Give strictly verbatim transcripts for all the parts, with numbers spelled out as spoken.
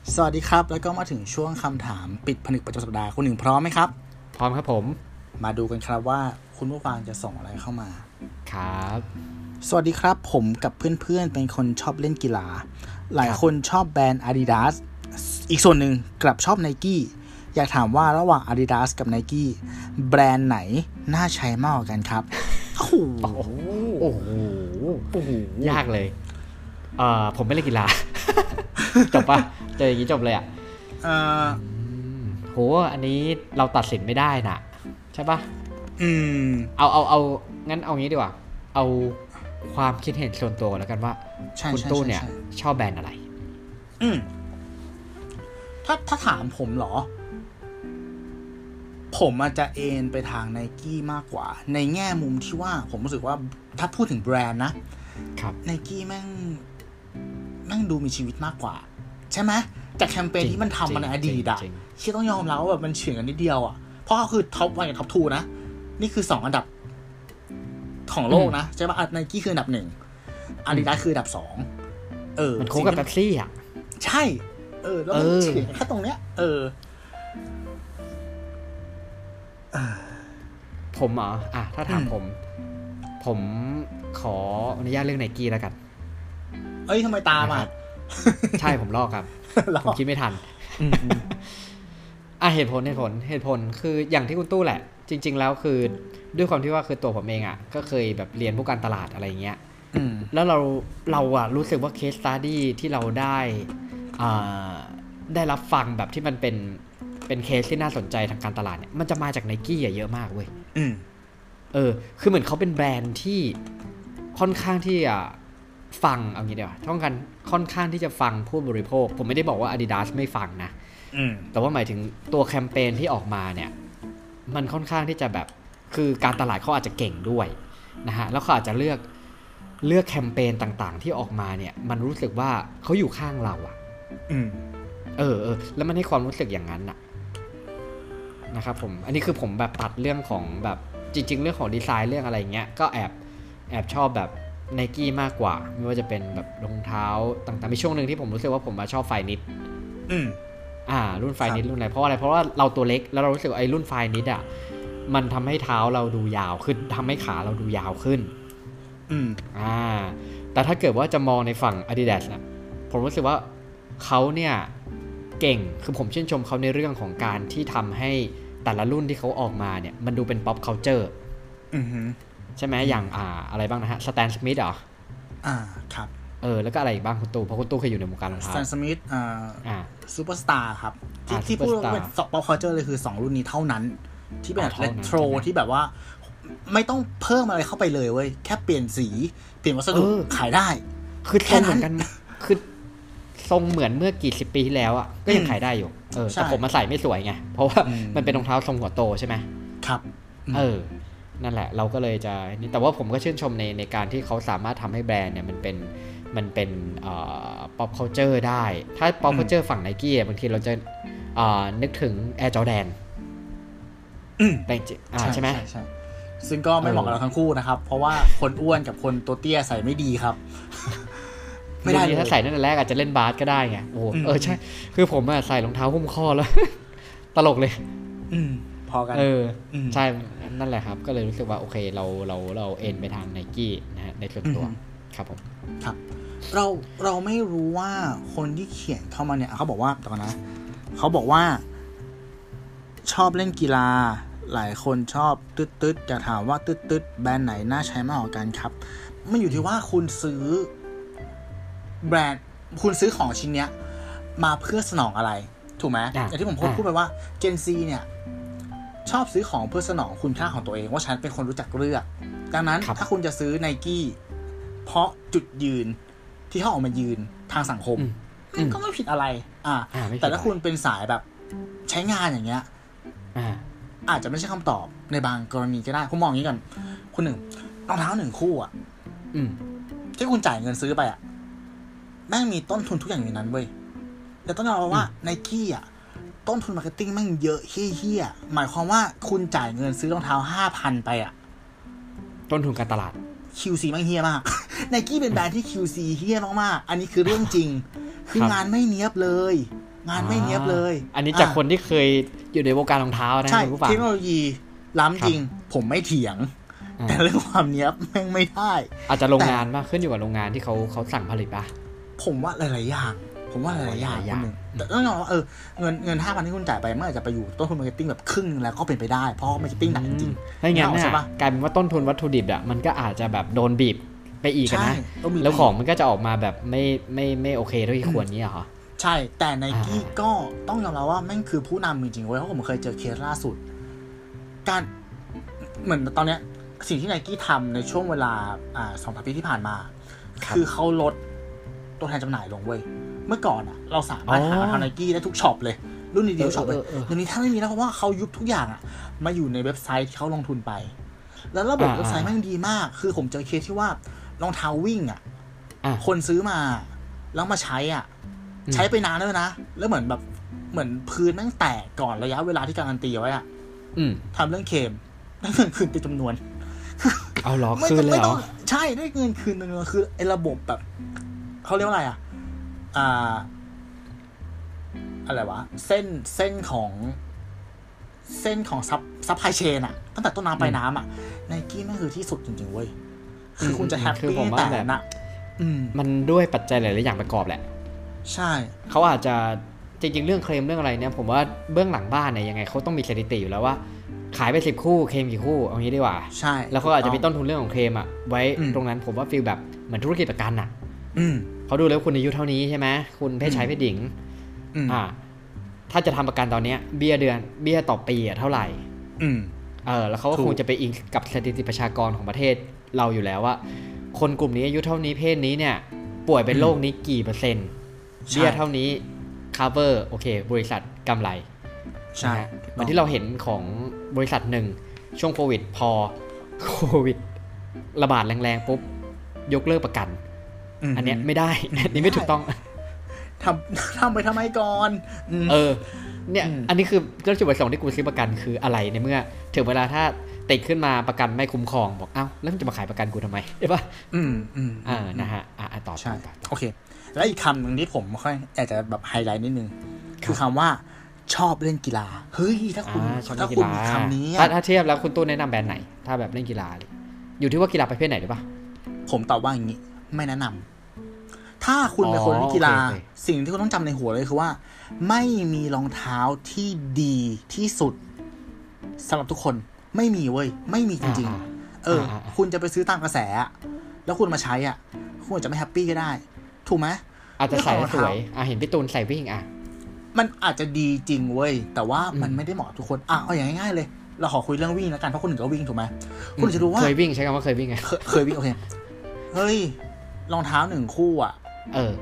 สวัสดีครับแล้วก็มาถึงช่วงคำถามปิดผนึกประจำสัปดาห์คุณหนึ่งพร้อมไหมครับพร้อมครับผมมาดูกันครับว่าคุณผู้ฟังจะส่งอะไรเข้ามาครับสวัสดีครับผมกับเพื่อนๆเป็นคนชอบเล่นกีฬาหลายคนชอบแบรนด์ Adidas อีกส่วนหนึ่งกลับชอบ Nike อยากถามว่าระหว่าง Adidas กับ Nike แบรนด์ไหนน่าใช้มากกว่ากันครับโอ้โหโอ้โหโอ้โหยากเลยเอ่อผมไม่เล่นกีฬา จบป่ะเจออย่างนี้จบเลยอ่ะเออโหอันนี้เราตัดสินไม่ได้น่ะใช่ป่ะอืมเอาเอาเอางั้นเอางี้ดีกว่าเอาความคิดเห็นส่วนตัวแล้วกันว่าคุณตู้เนี่ยชอบแบรนด์อะไรอืมถ้าถ้าถามผมเหรอผมอาจจะเอนไปทาง Nike มากกว่าในแง่มุมที่ว่าผมรู้สึกว่าถ้าพูดถึงแบรนด์นะครับ Nike แม่งแม่งดูมีชีวิตมากกว่าใช่ไหมจากแคมเปญที่มันทำมาในอดีตอะที่ต้องยอมรับว่าแบบมันเฉื่อยกันนิดเดียวอะเพราะเขาคือท็อปวันกับท็อปทูนะนี่คือสองอันดับของโลกนะใช่ป่ะ Nike คืออันดับหนึ่ง Adidas คืออันดับสองเออมันคู่กับเป๊ปซี่อ่ะใช่เออแล้วมันเฉื่อยแค่ตรงเนี้ยเออผมเหรออ่ะถ้าถามผมผมขออนุญาตเรื่อง Nike แล้วกันเอ้ยทำไมตามอ่ะใช่ผมลอกครับผมคิดไม่ทันอ่ะเหตุผลเหตุผลเหตุผลคืออย่างที่คุณตู้แหละจริงๆแล้วคือด้วยความที่ว่าคือตัวผมเองอ่ะก็เคยแบบเรียนพวกการตลาดอะไรเงี้ยแล้วเราเราอ่ะรู้สึกว่าเคสสตั๊ดดี้ที่เราได้อ่าได้รับฟังแบบที่มันเป็นเป็นเคสที่น่าสนใจทางการตลาดเนี่ยมันจะมาจาก Nike อ่ะเยอะมากเว้ยเออคือเหมือนเขาเป็นแบรนด์ที่ค่อนข้างที่อ่ะฟังเอางี้เดี๋ยวช่องกันค่อนข้างที่จะฟังผู้บริโภคผมไม่ได้บอกว่า Adidas ไม่ฟังนะแต่ว่าหมายถึงตัวแคมเปญที่ออกมาเนี่ยมันค่อนข้างที่จะแบบคือการตลาดเขาอาจจะเก่งด้วยนะฮะแล้วเขาอาจจะเลือกเลือกแคมเปญต่างๆที่ออกมาเนี่ยมันรู้สึกว่าเขาอยู่ข้างเราอ่ะเออเออแล้วมันให้ความรู้สึกอย่างนั้นน่ะนะครับผมอันนี้คือผมแบบตัดเรื่องของแบบจริงๆเรื่องของดีไซน์เรื่องอะไรเงี้ยก็แอบแอบชอบแบบNike มากกว่าไม่ว่าจะเป็นแบบรองเท้าต่างๆมีช่วงนึงที่ผมรู้สึกว่าผมมาชอบไฟนิดอืมอ่ารุ่นไฟนิดรุ่นอะไรเพราะอะไรเพราะว่าเราตัวเล็กแล้วเรารู้สึกว่าไอ้รุ่นไฟนิดอ่ะมันทำให้เท้าเราดูยาวขึ้นทำให้ขาเราดูยาวขึ้นอืมอ่าแต่ถ้าเกิดว่าจะมองในฝั่ง Adidas นะผมรู้สึกว่าเขาเนี่ยเก่งคือผมชื่นชมเขาในเรื่องของการที่ทำให้แต่ละรุ่นที่เขาออกมาเนี่ยมันดูเป็น pop culture อือฮึใช่ไหมอย่างอ่าอะไรบ้างนะฮะ Stan Smith เหรออ่าครับเออแล้วก็อะไรอีกบ้างคุณตู่เพราะคุณตู่เคยอยู่ในวงการรองเท้า Stan Smith อ่าอ่าซูเปอร์สตาร์ครับที่ที่พูดว่าเป็น pop culture เลยคือสองรุ่นนี้เท่านั้นที่เป็นเรโทรที่แบบว่าไม่ต้องเพิ่มอะไรเข้าไปเลยเว้ยแค่เปลี่ยนสีเปลี่ยนวัสดุขายได้คือทรงเหมือนกันคือทรงเหมือนเมื่อกี่สิบปีที่แล้วอ่ะก็ยังขายได้อยู่เออแต่ผมมาใส่ไม่สวยไงเพราะว่ามันเป็นรองเท้าทรงหัวโตใช่ไหมครับเออนั่นแหละเราก็เลยจะนี่แต่ว่าผมก็ชื่นชมในในการที่เขาสามารถทำให้แบรนด์เนี่ยมันเป็นมันเป็นเอ่อ pop culture ได้ถ้า pop culture ฝั่ง Nike บางทีเราจะอ่านึกถึง Air Jordan อืมแต่จริงอ่าใช่ไหมใช่ซึ่งก็ไม่เหมาะกับเราทั้งคู่นะครับเพราะว่าคนอ้วนกับคนตัวเตี้ยใส่ไม่ดีครับไม่ได้ถ้าใส่ตั้งแต่แรกอาจจะเล่นบาสก็ได้ไงโอ้เออใช่คือผมอะใส่รองเท้าหุ้มข้อแล้วตลกเลยอืมพอกันเออใช่นั่นแหละครับก็เลยรู้สึกว่าโอเคเราเราเราเอ็นไปทาง Nike นะฮะในส่วนตัวครับผมครับเราเราไม่รู้ว่าคนที่เขียนเข้ามาเนี่ยเขาบอกว่าตอนนะเขาบอกว่าชอบเล่นกีฬาหลายคนชอบตึ๊ดๆจะถามว่าตึ๊ดๆแบรนด์ไหนน่าใช้มากกว่ากันครับมันอยู่ที่ว่าคุณซื้อแบรนด์คุณซื้อของชิ้นเนี้ยมาเพื่อสนองอะไรถูกไหมอย่างที่ผมพูดพูดไปว่า Gen Z เนี่ยชอบซื้อของเพื่อสนองคุณค่าของตัวเองว่าฉันเป็นคนรู้จักเลือกดังนั้นถ้าคุณจะซื้อ Nike เพราะจุดยืนที่เขาออกมายืนทางสังคมก็ไม่ผิดอะไรอ่าแต่ถ้าคุณเป็นสายแบบใช้งานอย่างเงี้ยอาจจะไม่ใช่คำตอบในบางกรณีก็ได้ผมมองอย่างนี้ก่อนคุณหนึ่งรองเท้าหนึ่งคู่อ่ะที่คุณจ่ายเงินซื้อไปอ่ะแม่งมีต้นทุนทุกอย่างอยู่นั้นเว้ยแต่ต้องยอมรับว่า Nike อ่ะต้นทุนมาร์เก็ตติ้งแม่งเยอะเหี้ยๆหมายความว่าคุณจ่ายเงินซื้อรองเท้า ห้าพัน ไปอ่ะต้นทุนการตลาดคิว ซี แม่งเหี้ยมาก Nike เป็นแบรนด์ที่ คิว ซี เหี้ยมากๆอันนี้คือเรื่องจริงคืองานไม่เนียบเลยงานไม่เนียบเลยอันนี้จากคนที่เคยอยู่ในวงการรองเท้านะใช่เทคโนโลยีล้ำจริงผมไม่เถียงแต่เรื่องความเนียบแม่งไม่ได้อาจจะโรงงานป่ะขึ้นอยู่กับโรงงานที่เขาเขาสั่งผลิตป่ะผมว่าหลายๆอย่างผมว่าหลายๆอย่างอย่างนึงแต่ต้องยอมว่าเออเงินเงิน ห้าพัน ที่คุณจ่ายไปมันอาจจะไปอยู่ต้นทุนมาร์เก็ตติ้งแบบครึ่งนึงแล้วก็เป็นไปได้เพราะมาร์เก็ตติ้งหนักจริงๆไม่งั้นเนี่ยกลายเป็นว่าต้นทุนวัตถุดิบอ่ะมันก็อาจจะแบบโดนบีบไปอีกนะแล้วของมันก็จะออกมาแบบไม่ไม่ไม่โอเคเท่าที่ควรนี้เหรอใช่แต่ Nike ก็ต้องยอมรับว่าแม่งคือผู้นำจริงๆเว้ยเพราะผมเคยเจอเคสล่าสุดการเหมือนตอนเนี้ยสิ่งที่ Nike ทำในช่วงเวลาอ่าสองสามปีที่ผ่านมาคือเขาลดตัวแทนจำหน่ายลงเว้ยเมื่อก่อนอ่ะเราสามารถหาทาง Nike ได้ทุกช็อปเลยรุ่นดีๆช็อปเลยเดี๋ยวนี้ถ้าไม่มีแล้วเพราะว่าเขายุบทุกอย่างอ่ะมาอยู่ในเว็บไซต์ที่เขาลงทุนไปแล้วระบบเว็บไซต์แม่งดีมากคือผมเจอเคสที่ว่ารองเท้าวิ่งอ่ะคนซื้อมาแล้วมาใช้อ่ะใช้ไปนานแล้วนะแล้วเหมือนแบบเหมือนพื้นแม่งแตกก่อนระยะเวลาที่การันตีไว้อ่ะทำเรื่องเคมได้เงินคืนเป็นจำนวนเอาหรอคืนเลยเหรอใช่ได้เงินคืนนึงคือไอ้ระบบแบบเขาเรียกว่าอะไรอ่ะอ่าอะไรวะเส้นเส้นของเส้นของซับซับไพลเชนอ่ะตั้งแต่ต้นน้ำปลายน้ำอ่ะไนกี้นั่นคือที่สุดจริงๆเว้ยคือคุณจะแฮปปี้แต่น่ะมันด้วยปัจจัยหลายๆอย่างประกอบแหละใช่เขาอาจจะจริงๆเรื่องเคลมเรื่องอะไรเนี่ยผมว่าเบื้องหลังบ้านเนี่ยยังไงเขาต้องมีสถิติอยู่แล้วว่าขายไปสิบคู่เคลมกี่คู่เอางี้ดีกว่าใช่แล้วเขาอาจจะมีต้นทุนเรื่องของเคลมอ่ะไว้ตรงนั้นผมว่าฟีลแบบเหมือนธุรกิจประกันอ่ะเขาดูแล้วคุณอายุเท่านี้ใช่ไหมคุณเพศชายเพศหญิงอ่าถ้าจะทำประกันตอนนี้เบี้ยเดือนเบี้ยต่อปีอ่ะเท่าไหร่เออแล้วเขาก็คงจะไปอิงกับสถิติประชากรของประเทศเราอยู่แล้วว่าคนกลุ่มนี้อายุเท่านี้เพศนี้เนี่ยป่วยเป็นโรคนี้กี่เปอร์เซ็นต์เบี้ยเท่านี้ cover โอเคบริษัทกำไรใช่เหมือนที่เราเห็นของบริษัทหนึ่งช่วงโควิดพอโควิดระบาดแรงๆปุ๊บยกเลิกประกันอันเนี้ยไม่ได้อันนี้ไม่ถูกต้องทำทำไปทำไมก่อนเออเนี่ยอันนี้คือเรื่องจุดประสงค์ที่กูซื้อประกันคืออะไรในเมื่อถึงเวลาถ้าติดขึ้นมาประกันไม่คุ้มครองบอกเอ้าแล้วมันจะมาขายประกันกูทำไมใช่ปะอืมอืมอ่านะฮะอ่าต่อใช่โอเคแล้วอีกคำหนึ่งที่ผมค่อยอยากจะแบบไฮไลท์นิดนึงคือคำว่าชอบเล่นกีฬาเฮ้ยถ้าคุณถ้าคุณมีคำนี้ถ้าถ้าเทียบแล้วคุณตู้แนะนำแบรนด์ไหนถ้าแบบเล่นกีฬาอยู่ที่ว่ากีฬาประเภทไหนหรือเปล่าผมตอบว่าอย่างนี้ไม่แนะนำถ้าคุณเป็นคนเล่นกีฬาสิ่งที่คุณต้องจำในหัวเลยคือว่าไม่มีรองเท้าที่ดีที่สุดสำหรับทุกคนไม่มีเว้ยไม่มีจริงๆเออคุณจะไปซื้อตามกระแสแล้วคุณมาใช้อ่ะคุณอาจจะไม่แฮปปี้ก็ได้ถูกไหมอาจจะใส่สวยอ่ะเห็นพี่ตูนใส่วิ่งอ่ะมันอาจจะดีจริงเว้ยแต่ว่ามันไม่ได้เหมาะทุกคนอ่ะเอาอย่างง่ายๆเลยเราขอคุยเรื่องวิ่งแล้วกันเพราะคนอื่นก็วิ่งถูกไหมคุณจะรู้ว่าเคยวิ่งใช้คำว่าเคยวิ่งไงเคยวิ่งโอเคเฮ้ยรองเท้าหนึ่งคู่อ่ะเออ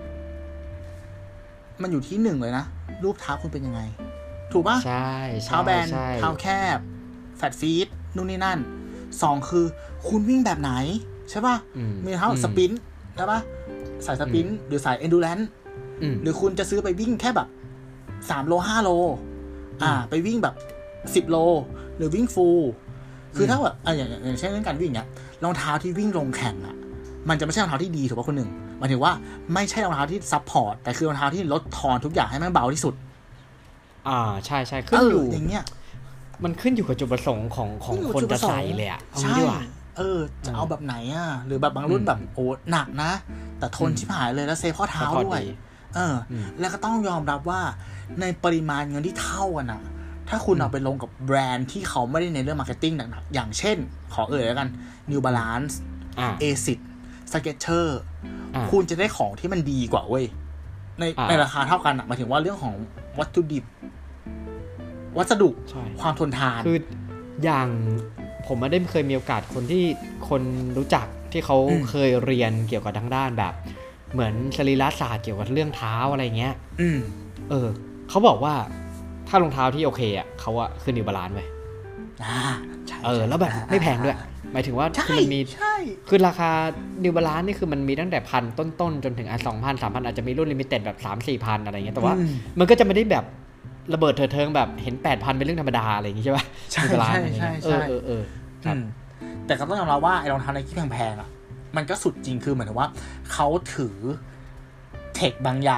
มันอยู่ที่หนึ่งเลยนะรูปเท้าคุณเป็นยังไงถูกป่ะใช่เท้าแบนเท้าแคบแฟตฟีทนู่นนี่นั่นสองคือคุณวิ่งแบบไหนใช่ป่ะมีเท้าสปรินต์ใช่ป่ะสายสปรินต์หรือสายเอนดูแรนซ์หรือคุณจะซื้อไปวิ่งแค่แบบสามโลห้าโลอ่าไปวิ่งแบบสิบโลหรือวิ่งฟูลคือถ้าแบบอ่ะอย่างอย่างเช่นเรื่องการวิ่งเนี้ยรองเท้าที่วิ่งลงแข่งอ่ะมันจะไม่ใช่รองเท้าที่ดีถูกป่ะคนหนึ่งหมายถึงว่าไม่ใช่รองเท้าที่ซัพพอร์ตแต่คือรองเท้าที่ลดทอนทุกอย่างให้มันเบาที่สุดอ่าใช่ใช่ขึ้นอยู่อย่างเงี้ยมันขึ้นอยู่กับจุดประสงค์ของของคนจะใส่เลยอ่ะใช่เออจะเอาแบบไหนอ่ะหรือแบบบางรุ่นแบบโอ้หนักนะแต่ทนชิบหายเลยแล้วเซฟข้อเท้าด้วยเออแล้วก็ต้องยอมรับว่าในปริมาณเงินที่เท่ากันอ่ะถ้าคุณเอาไปลงกับแบรนด์ที่เขาไม่ได้ในเรื่องมาร์เก็ตติ้งหนักๆอย่างเช่นขอเอ่ยแล้วกัน New Balance Asics Skechers คุณจะได้ของที่มันดีกว่าเว้ยในในราคาเท่ากันอ่ะหมายถึงว่าเรื่องของวัตถุดิบวัสดุความทนทานคืออย่างผมไม่ได้เคยมีโอกาสคนที่คนรู้จักที่เขาเคยเรียนเกี่ยวกับทางด้านแบบเหมือนสรีรศาสตร์เกี่ยวกับเรื่องเท้าอะไรเงี้ยเออเขาบอกว่าถ้ารองเท้าที่โอเคอ่ะเขาอะคือ New Balance เว้ยเออแล้วแบบไม่แพงด้วยหมายถึงว่าคือมันมีคือราคา New Balance นี่คือมันมีตั้งแต่พันต้นๆจนถึงอ่ะ สองพัน สามพัน อาจจะมีรุ่นลิมิเต็ดแบบ สามสี่พัน อะไรเงี้ยแต่ว่ามันก็จะไม่ได้แบบระเบิดเถิดเทิงแบบเห็น แปดพัน เป็นเรื่องธรรมดาอะไรอย่างงี้ใช่ป่ะใช่ใช่ใช่เออเออๆแต่ก็ต้องยอมรับว่าไอ้รองเท้า Nike แพงๆอ่ะมันก็สุดจริงคือเหมือนว่าเขาถือเทคบางอย่าง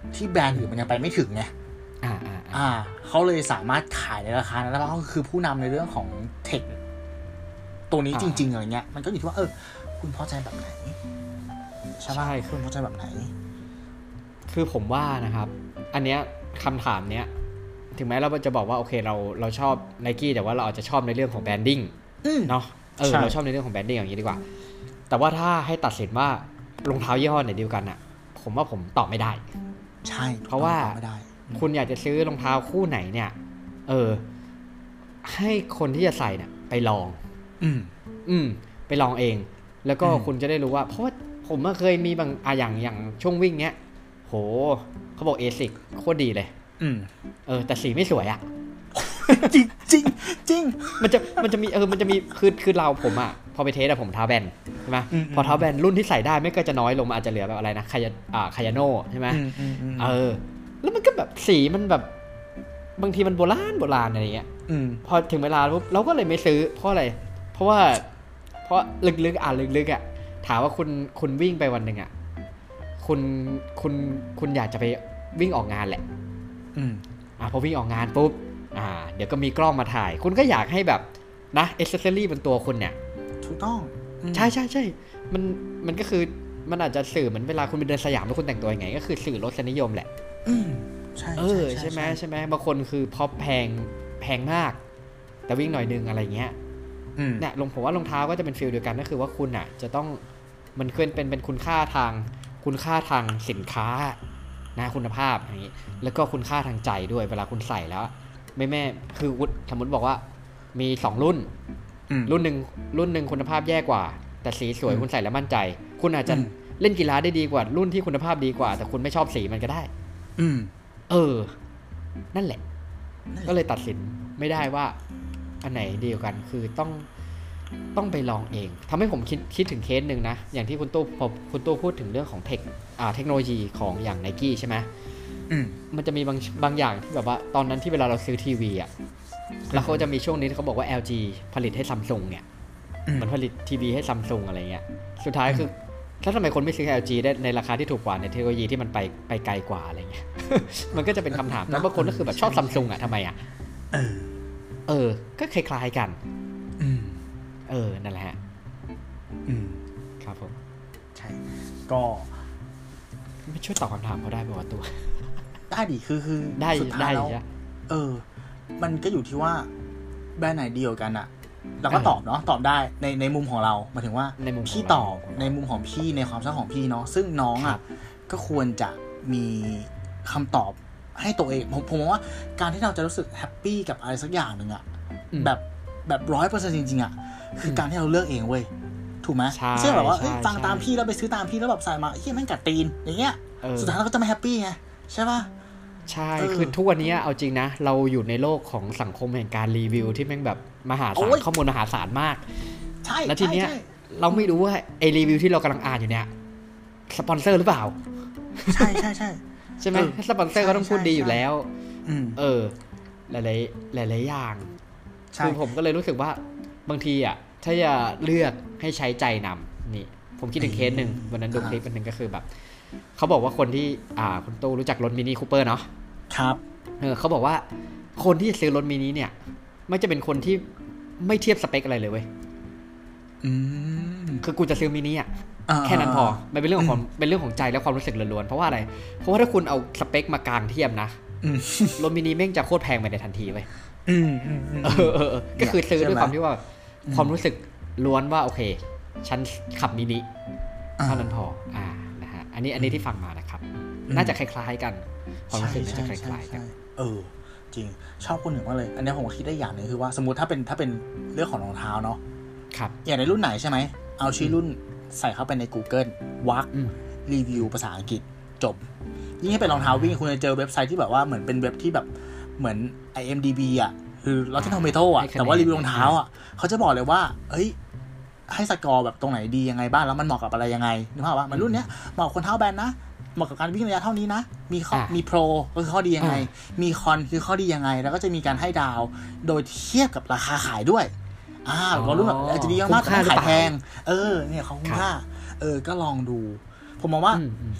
ที่แบรนด์อื่นมันยังไปไม่ถึงไงอ่าอ่าอ่าเขาเลยสามารถขายในราคานั้นแล้วก็คือผู้นำในเรื่องของเทคตัวนี้จริงๆอะไรเงี้ยมันก็อยู่ที่ว่าเออคุณพอใจแบบไหนใช่ไหมคุณพอใจแบบไหนคือผมว่านะครับอันเนี้ยคำถามเนี้ยถึงแม้เราจะบอกว่าโอเคเราเราชอบ Nike แต่ว่าเราอาจจะชอบในเรื่องของแบรนดิ้งเนาะเออเราชอบในเรื่องของแบรนดิ้งอย่างนี้ดีกว่าแต่ว่าถ้าให้ตัดสินว่ารองเท้ายี่ห้อไหนเดียวกันอ่ะผมว่าผมตอบไม่ได้ใช่เพราะว่าคุณอยากจะซื้อรองเท้าคู่ไหนเนี่ยเออให้คนที่จะใส่เนี่ยไปลองอืมอืมไปลองเองแล้วก็คุณจะได้รู้ว่าเพราะว่าผมก็เคยมีบางอ่ะอย่างอย่างช่วงวิ่งเนี้ยโหเขาบอก เอ ซิก โคตรดีเลยอืมเออแต่สีไม่สวยอ่ะจริงจริงจริงมันจะมันจะมีเออมันจะมีคือคือเราผมอ่ะพอไปเทสอะผมเท้าแบนใช่ไหมพอเท้าแบนรุ่นที่ใส่ได้ไม่ก็จะน้อยลงมาอาจจะเหลือแบบอะไรนะคายาอ่าคายาโน่ใช่ไหมเออแล้วมันก็แบบสีมันแบบบางทีมันโบราณโบราณอะไรเงี้ยพอถึงเวลาปุ๊บเราก็เลยไม่ซื้อเพราะอะไรเพราะว่าเพราะลึกๆอ่ะลึกๆอ่ะถามว่าคุณคุณวิ่งไปวันหนึ่งอ่ะคุณคุณคุณอยากจะไปวิ่งออกงานแหละอืมอ่าพอวิ่งออกงานปุ๊บอ่าเดี๋ยวก็มีกล้องมาถ่ายคุณก็อยากให้แบบนะเอเซสซอรี่บนตัวคุณเนี่ยถูกต้องใช่ใช่ใช่มันมันก็คือมันอาจจะสื่อเหมือนเวลาคุณไปเดินสยามแล้วคุณแต่งตัวยังไงก็คือสื่อรสนิยมแหละอืมใช่เออใช่ไหมใช่ไหมบางคนคือพอแพงแพงมากแต่วิ่งหน่อยนึงอะไรเงี้ยเนี่ยลงผมว่ารองเท้าก็จะเป็นฟีลเดียวกันก็คือว่าคุณอ่ะจะต้องมันเคยเป็นเป็นคุณค่าทางคุณค่าทางสินค้านะคุณภาพอย่างนี้แล้วก็คุณค่าทางใจด้วยเวลาคุณใส่แล้วไม่แม่คือสมมติบอกว่ามีสองรุ่นรุ่นหนึ่งรุ่นหนึ่งคุณภาพแย่กว่าแต่สีสวยคุณใส่แล้วมั่นใจคุณอาจจะเล่นกีฬาได้ดีกว่ารุ่นที่คุณภาพดีกว่าแต่คุณไม่ชอบสีมันก็ได้อืมเออนั่นแหละก็เลยตัดสินไม่ได้ว่าอันไหนดีกว่ากันคือต้องต้องไปลองเองทำให้ผมคิดคิดถึงเคสหนึ่งนะอย่างที่คุณตู้พอคุณตู้พูดถึงเรื่องของเทคอ่าเทคโนโลยีของอย่าง Nike ใช่ไหมมันจะมีบางบางอย่างที่แบบว่าตอนนั้นที่เวลาเราซื้อทีวีอ่ะแล้วเขาจะมีช่วงนี้ที่เขาบอกว่า แอล จี ผลิตให้ Samsung เนี่ยมันผลิตทีวีให้ Samsung อะไรเงี้ยสุดท้ายคือถ้าทำไมคนไม่ซื้อ แอล จี ได้ในราคาที่ถูกกว่าในเทคโนโลยีที่มันไปไปไกลกว่าอะไรเงี้ย มันก็จะเป็นคำถามแล้วบางคนก็คือแบบชอบ Samsung อ่ะทำไมอ่ะเออเออก็คล้ายๆกันอืมเออนั่นแหละฮะอืมครับผมใช่ก็ไม่ช่วยตอบคำถามเขาได้ป่าวตัวได้ดิคือคือได้สุดท้ายแล้วเออมันก็อยู่ที่ว่าแบรนด์ไหนดีกว่ากันอะเราก็ตอบเนาะตอบได้ในในมุมของเราหมายถึงว่าพี่ตอบในมุมของพี่ในความชอบของพี่เนาะซึ่งน้องอะก็ควรจะมีคำตอบให้ตัวเองผมผมมองว่าการที่เราจะรู้สึกแฮปปี้กับอะไรสักอย่างหนึ่งอะแบบแบบร้อยเปอร์เซ็นต์จริงๆอะคือการที่เราเลือกเองเว้ยถูกไหมไม่ใช่แบบว่าฟังตามพี่แล้วไปซื้อตามพี่แล้วแบบใส่มาเฮ้ยแม่งกัดตีนอย่างเงี้ยสุดท้ายเราก็จะไม่แฮปปี้ไงใช่ป่ะใช่คือทุกวันนี้เอาจริงนะเราอยู่ในโลกของสังคมแห่งการรีวิวที่แม่งแบบมหาศาลข้อมูลมหาศาลมากใช่แล้วทีเนี้ยเราไม่รู้ว่าไอ้รีวิวที่เรากำลังอ่านอยู่เนี่ยสปอนเซอร์หรือเปล่าใช่ใช่ใช่ใช่ไหมถ้าสปอนเซอร์ก็ต้องพูดดีอยู่แล้วเออหลายหลายหลายอย่างคือผมก็เลยรู้สึกว่าบางทีอ่ะถ้าจะเลือกให้ใช้ใจนำนี่ผมคิดถึงเคสหนึ่งวันนั้นดูคลิปอันหนึ่งก็คือแบบเขาบอกว่าคนที่อ่าคุณตู้รู้จักรถมินิคูเปอร์เนาะครับเออเขาบอกว่าคนที่ซื้อรถมินิเนี่ยไม่จะเป็นคนที่ไม่เทียบสเปคอะไรเลยเว้ยอืมคือกูจะซื้อมินิอ่ะแค่นั้นพอมันเป็นเรื่องของเป็นเรื่องของใจและความรู้สึกล้วนๆเพราะว่าอะไรเพราะว่าถ้าคุณเอาสเปคมากางเทียบนะรถมินิแม่งจะโคตรแพงไปในทันทีเว้ยอืมเออก็คือซื้อด้วยความที่ว่าความรู้สึกล้วนว่าโอเคฉันขับมินิเท่านั้นพออ่านะฮะอันนี้อันนี้ที่ฟังมานะครับน่าจะคล้ายๆกันความรู้สึกน่าจะคล้ายๆกันเออจริงชอบคนหนึ่งมากเลยอันนี้ผมคิดได้อย่างนึงคือว่าสมมุติถ้าเป็นถ้าเป็นเรื่องของรองเท้าเนาะครับอย่างในรุ่นไหนใช่ไหมเอาชื่อรุ่นใส่เข้าไปใน Google วักรีวิวภาษาอังกฤษจบยิ่งให้เป็นรองเท้าวิ่งคุณจะเจอเว็บไซต์ที่แบบว่าเหมือนเป็นเว็บที่แบบเหมือน ไอ เอ็ม ดี บี อ่ะคือ Rotten Tomato อ่ะแต่ว่ารีวิวรองเท้าอ่ะเขาจะบอกเลยว่าเฮ้ยให้สกอร์แบบตรงไหนดียังไงบ้างแล้วมันเหมาะกับอะไรยังไงนึกภาพว่ามันรุ่นเนี้ยเหมาะกับคนเท้าแบนนะเหมาะกับการวิ่งระยะเท่านี้นะมีมีโปรก็คือข้อดียังไงมีคอนคือข้อดียังไงแล้วก็จะมีการให้ดาวโดยเทียบกับราคาขายด้วยอ่าเรารุ่นแบบอาจจะดีมากแต่ขายแพงเออเนี่ยเขาคุ้มค่าเออก็ลองดูผมมองว่า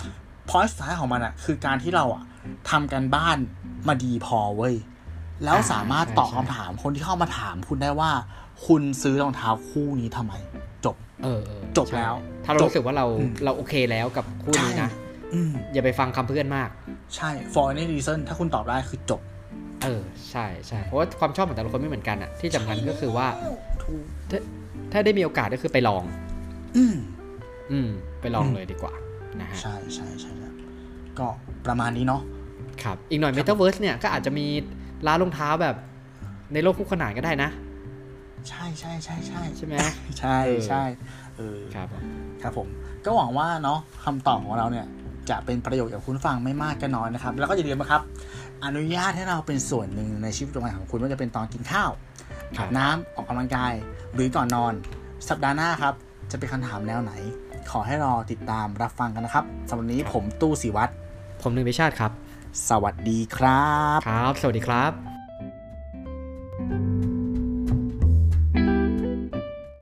พอยต์สุดท้ายของมันอ่ะคือการที่เราอ่ะทำกันบ้านมาดีพอเว้ยแล้วสามารถตอบคำถามคนที่เข้ามาถามคุณได้ว่าคุณซื้อรองเท้าคู่นี้ทำไมจบเออจบแล้วถ้าเรารู้สึกว่าเราเราโอเคแล้วกับคู่นี้นะอย่าไปฟังคำเพื่อนมากใช่ for any reason ถ้าคุณตอบได้คือจบเออใช่ใช่เพราะว่าความชอบของแต่ละคนไม่เหมือนกันอะที่สำคัญก็คือว่าถ้าถ้าได้มีโอกาสก็คือไปลองอืมอืมไปลองเลยดีกว่านะฮะใช่ใช่ใช่ก็ประมาณนี้เนาะครับอีกหน่อย Metaverse เนี่ยก็อาจจะมีร้านรองเท้าแบบในโลกคู่ขนานก็ได้นะใช่ใช่ใช่ใช่ใช่ไหมใช่ใช่เออครับครับผมก็หวังว่าเนาะคำตอบของเราเนี่ยจะเป็นประโยชน์กับคุณฟังไม่มากก็น้อยนะครับแล้วก็อย่าลืมนะครับอนุญาตให้เราเป็นส่วนหนึ่งในชีวิตประจำวันของคุณว่าจะเป็นตอนกินข้าวอาบน้ำออกกำลังกายหรือก่อนนอนสัปดาห์หน้าครับจะเป็นคำถามแนวไหนขอให้รอติดตามรับฟังกันนะครับสำหรับวันนี้ผมตู้ศิวัตรผมหนึ่งพิชาติครับสวัสดีครับครับสวัสดีครับ